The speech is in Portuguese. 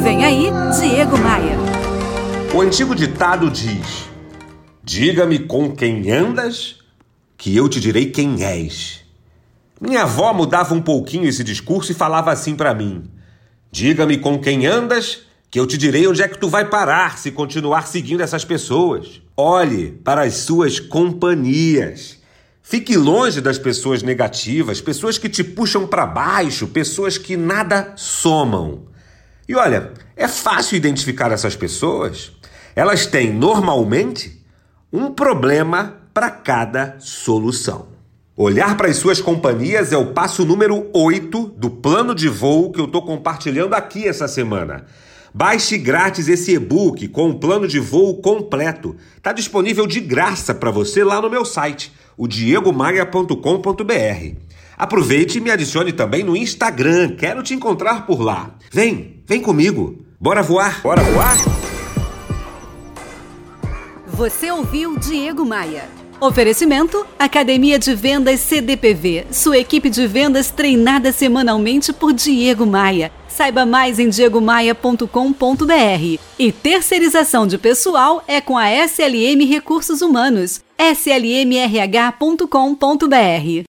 Vem aí, Diego Maia. O antigo ditado diz: diga-me com quem andas, que eu te direi quem és. Minha avó mudava um pouquinho esse discurso e falava assim pra mim: diga-me com quem andas, que eu te direi onde é que tu vai parar se continuar seguindo essas pessoas. Olhe para as suas companhias. Fique longe das pessoas negativas, pessoas que te puxam para baixo, pessoas que nada somam. E olha, é fácil identificar essas pessoas. Elas têm, normalmente, um problema para cada solução. Olhar para as suas companhias é o passo número 8 do plano de voo que eu estou compartilhando aqui essa semana. Baixe grátis esse e-book com o plano de voo completo. Está disponível de graça para você lá no meu site, o diegomaia.com.br. Aproveite e me adicione também no Instagram. Quero te encontrar por lá. Vem comigo. Bora voar? Bora voar? Você ouviu Diego Maia. Oferecimento: Academia de Vendas CDPV. Sua equipe de vendas treinada semanalmente por Diego Maia. Saiba mais em diegomaia.com.br. E terceirização de pessoal é com a SLM Recursos Humanos. slmrh.com.br.